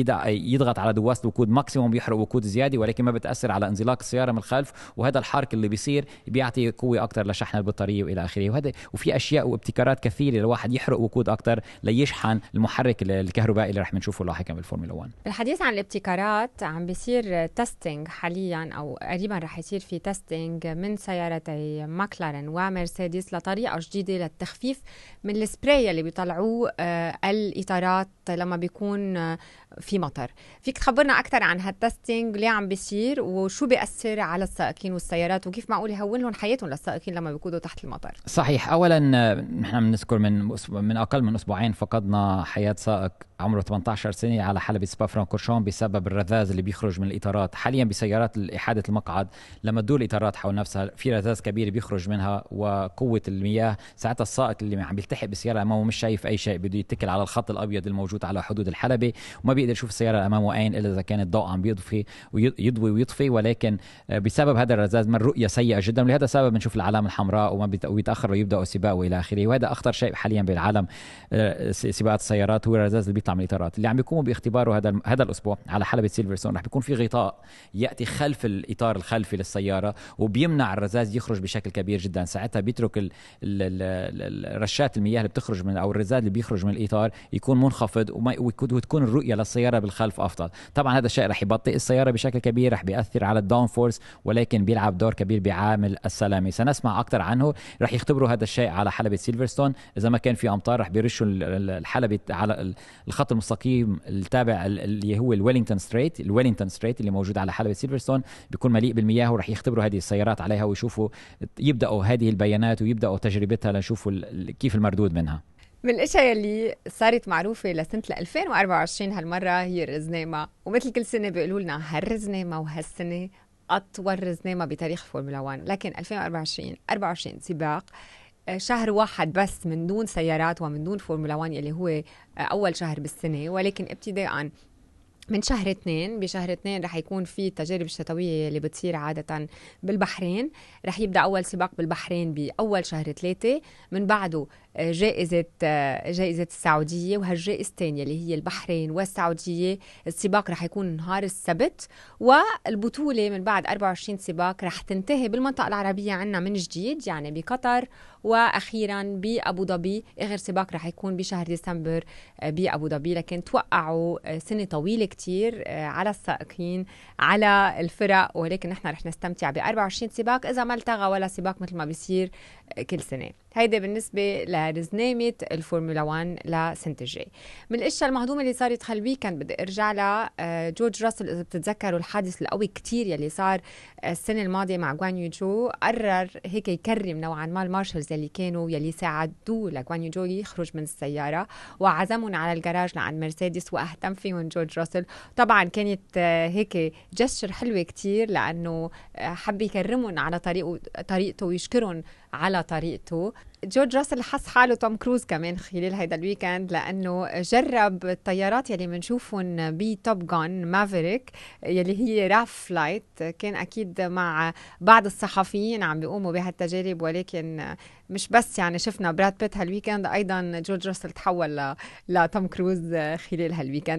يضغط على دواسه الوقود ماكسيموم بيحرق وقود زياده، ولكن ما بتاثر على انزلاق السياره من الخلف. وهذا الحرق اللي بيصير بيعطي قوه اكثر لشحن البطاريه والى اخره. وفي اشياء وابتكارات كثيره للواحد يحرق وقود اكثر ليشحن المحرك الكهربائي اللي رح نشوفه لاحقا بالفورمولا 1. الحديث عن الابتكارات السيارات عم بيصير تستينج حاليا او قريبا رح يصير في تستينج من سيارتي ماكلارين ومرسيدس لطريقه جديده للتخفيف من السبراي اللي بيطلعوه الاطارات لما بيكون في مطر. فيك تخبرنا اكثر عن هالتستينج ليه عم بيصير وشو بيأثر على السائقين والسيارات وكيف معقول يهون لهم حياتهم للسائقين لما بيكونوا تحت المطر؟ صحيح. اولا نحن بنذكر من اقل من اسبوعين فقدنا حياه سائق عمره 18 سنه على حلبة سبا فرانكورشون بسبب الرذاذ اللي بيخرج من الاطارات. حاليا بسيارات احاده المقعد لما تدور الاطارات حول نفسها في رذاذ كبير بيخرج منها وقوه المياه، ساعتها السائق اللي عم بيلتحق بالسياره امامه مش شايف اي شيء، بده يتكل على الخط الابيض الموجود على حدود الحلبة وما بيقدر يشوف السياره امامه اين الا اذا كان الضوء عم بيضفي ويضوي ويطفي. ولكن بسبب هذا الرذاذ من الرؤيه سيئه جدا، ولهذا السبب بنشوف العلامه الحمراء ويتاخر ويبداوا السباق والى اخره. وهذا اخطر شيء حاليا بالعالم سباقات السيارات هو الرذاذ اللي بيطلع من الاطارات. اللي عم بيقوموا باختباره هذا الاسبوع على حلبة سيلفرستون رح بيكون في غطاء ياتي خلف الاطار الخلفي للسياره وبيمنع الرذاذ يخرج بشكل كبير جدا. ساعتها بيترك رشات المياه اللي بتخرج من او الرذاذ اللي بيخرج من الاطار يكون منخفض وتكون الرؤيه للسياره بالخلف افضل. طبعا هذا الشيء رح يبطئ السياره بشكل كبير، رح بياثر على الداون فورس، ولكن بيلعب دور كبير بعامل السلامه. سنسمع اكثر عنه. رح يختبروا هذا الشيء على حلبة سيلفرستون. اذا ما كان في امطار رح بيرشوا الحلبة على الخط المستقيم التابع اللي هو الويلينغتون ستريت اللي موجود على حلبة سيلفرستون، بيكون مليء بالمياه ورح يختبروا هذه السيارات عليها ويشوفوا يبداوا هذه البيانات ويبداوا تجربتها لنشوفوا كيف المردود منها. من الاشياء اللي صارت معروفه لسنه 2024 هالمره هي الرزنامه، ومثل كل سنه بيقولوا لنا هالرزنامه وهالسنه اطول رزنامه بتاريخ فورمولا 1، لكن 2024 24 سباق، شهر واحد بس من دون سيارات ومن دون فورمولا 1 اللي هو اول شهر بالسنه. ولكن ابتداء من شهر 2 بشهر 2 رح يكون في التجارب الشتوية اللي بتصير عادة بالبحرين. رح يبدأ أول سباق بالبحرين بأول شهر 3، من بعده جائزة السعودية، وهالجائزتين اللي هي البحرين والسعودية السباق رح يكون نهار السبت، والبطولة من بعد 24 سباق رح تنتهي بالمنطقة العربية عنا من جديد، يعني بقطر وأخيرا بأبو ظبي. آخر سباق رح يكون بشهر ديسمبر بأبو ظبي. لكن توقعوا سنة طويلة كتير على السائقين على الفرق، ولكن نحن رح نستمتع ب24 سباق إذا ما التغى ولا سباق مثل ما بيصير كل سنة. هيدا بالنسبة لرزنامة الفورمولا 1 لسنة الجاي. من الاشياء المهضومة اللي صارت هالويكند بدي ارجع لها جورج راسل. اذا بتتذكروا الحادث القوي كتير يلي صار السنة الماضية مع غوان يوجو، قرر هيك يكرم نوعا ما المارشلز يلي كانوا يلي ساعدوه لغوان يوجو يخرج من السيارة، وعزمهم على الجراج لعند مرسيدس واهتم فيهم جورج راسل. طبعا كانت هيك جشر حلوة كتير لأنه حب يكرمهم على طريقته ويشكرهم على طريقته. جورج راسل حس حاله توم كروز كمان خلال هيدا الويكند، لأنه جرب الطيارات يلي منشوفهم بتوب جان مافريك يلي هي راف فلايت. كان أكيد مع بعض الصحفيين عم بيقوموا بهالتجارب، ولكن مش بس يعني شفنا براد بيت هالويكند، أيضا جورج راسل تحول لتوم كروز خلال هالويكند.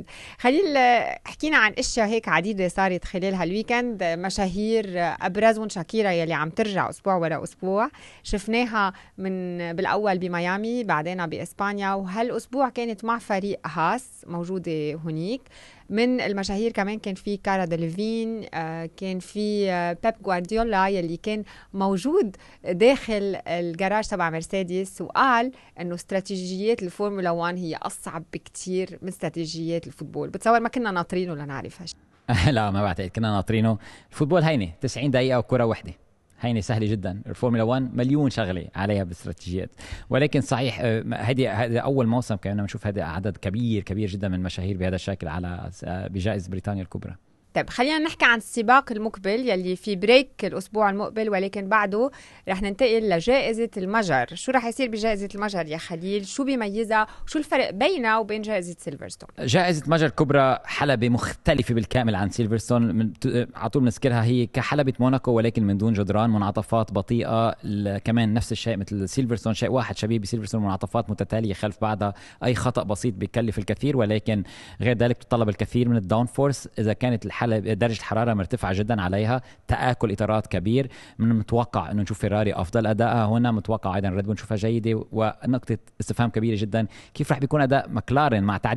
حكينا عن اشياء هيك عديدة صارت خلال هالويكند. مشاهير أبرزهم شاكيرا يلي عم ترجع أسبوع ورا أسبوع، شفناها من بالأول بميامي بعدين بإسبانيا، وهالأسبوع كانت مع فريق هاس موجودة هناك. من المشاهير كمان كان في كارا ديليفين، كان في بيب غوارديولا يلي كان موجود داخل الجراج تبع مرسيدس، وقال انه استراتيجيات الفورمولا 1 هي اصعب بكتير من استراتيجيات الفوتبول. بتصور ما كنا ناطرينه لنعرف هالشيء. لا ما بعتقد كنا ناطرينه. الفوتبول هينه 90 دقيقة وكرة واحدة، هيني سهلة جدا. الفورمولا 1 مليون شغلة عليها باستراتيجيات. ولكن صحيح هذا أول موسم كنا نشوف هذا عدد كبير جدا من المشاهير بهذا الشكل على بجائزة بريطانيا الكبرى. طيب خلينا نحكي عن السباق المقبل يلي في بريك الأسبوع المقبل، ولكن بعده رح ننتقل لجائزة المجر. شو رح يصير بجائزة المجر يا خليل؟ شو بيميزها؟ وشو الفرق بينها وبين جائزة سيلفرستون؟ جائزة مجر كبرى حلبة مختلفة بالكامل عن سيلفرستون. على طول بنذكرها هي كحلبة موناكو ولكن من دون جدران، منعطفات بطيئة. كمان نفس الشيء مثل سيلفرستون، شيء واحد شبيه بسيلفرستون، منعطفات متتالية خلف بعضها. أي خطأ بسيط بيكلف الكثير، ولكن غير ذلك تطلب الكثير من الداون فورس. إذا كانت درجة الحرارة مرتفعة جدا عليها، تآكل إطارات كبير. من المتوقع أنه نشوف فيراري أفضل أداءها هنا، متوقع أيضا ريد بول نشوفها جيدة. ونقطة استفهام كبيرة جدا كيف رح بيكون أداء مكلارين مع تعديلات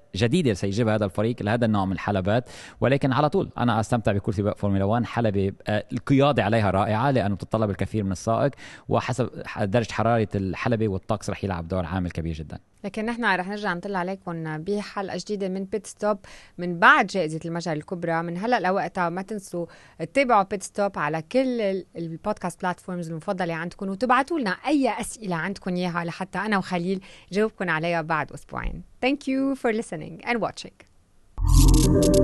جديدة سيجيبها هذا الفريق لهذا النوع من الحلبات. ولكن على طول أنا أستمتع بكل سباق فورمولا 1. حلبة القيادة عليها رائعة لأنه تتطلب الكثير من السائق، وحسب درجة حرارة الحلبة والطقس رح يلعب دور عامل كبير جدا. لكن نحن رح نرجع نطلع عليكم بحلقة جديدة من بيت ستوب من بعد جائزة المجال الكبرى. من هلأ لوقتها ما تنسوا تتابعوا بيت ستوب على كل البودكاست بلاتفورمز المفضلة عندكم، وتبعتوا لنا أي أسئلة عندكم إياها لحتى أنا وخليل جاوبكم عليها بعد أسبوعين. Thank you for listening and watching.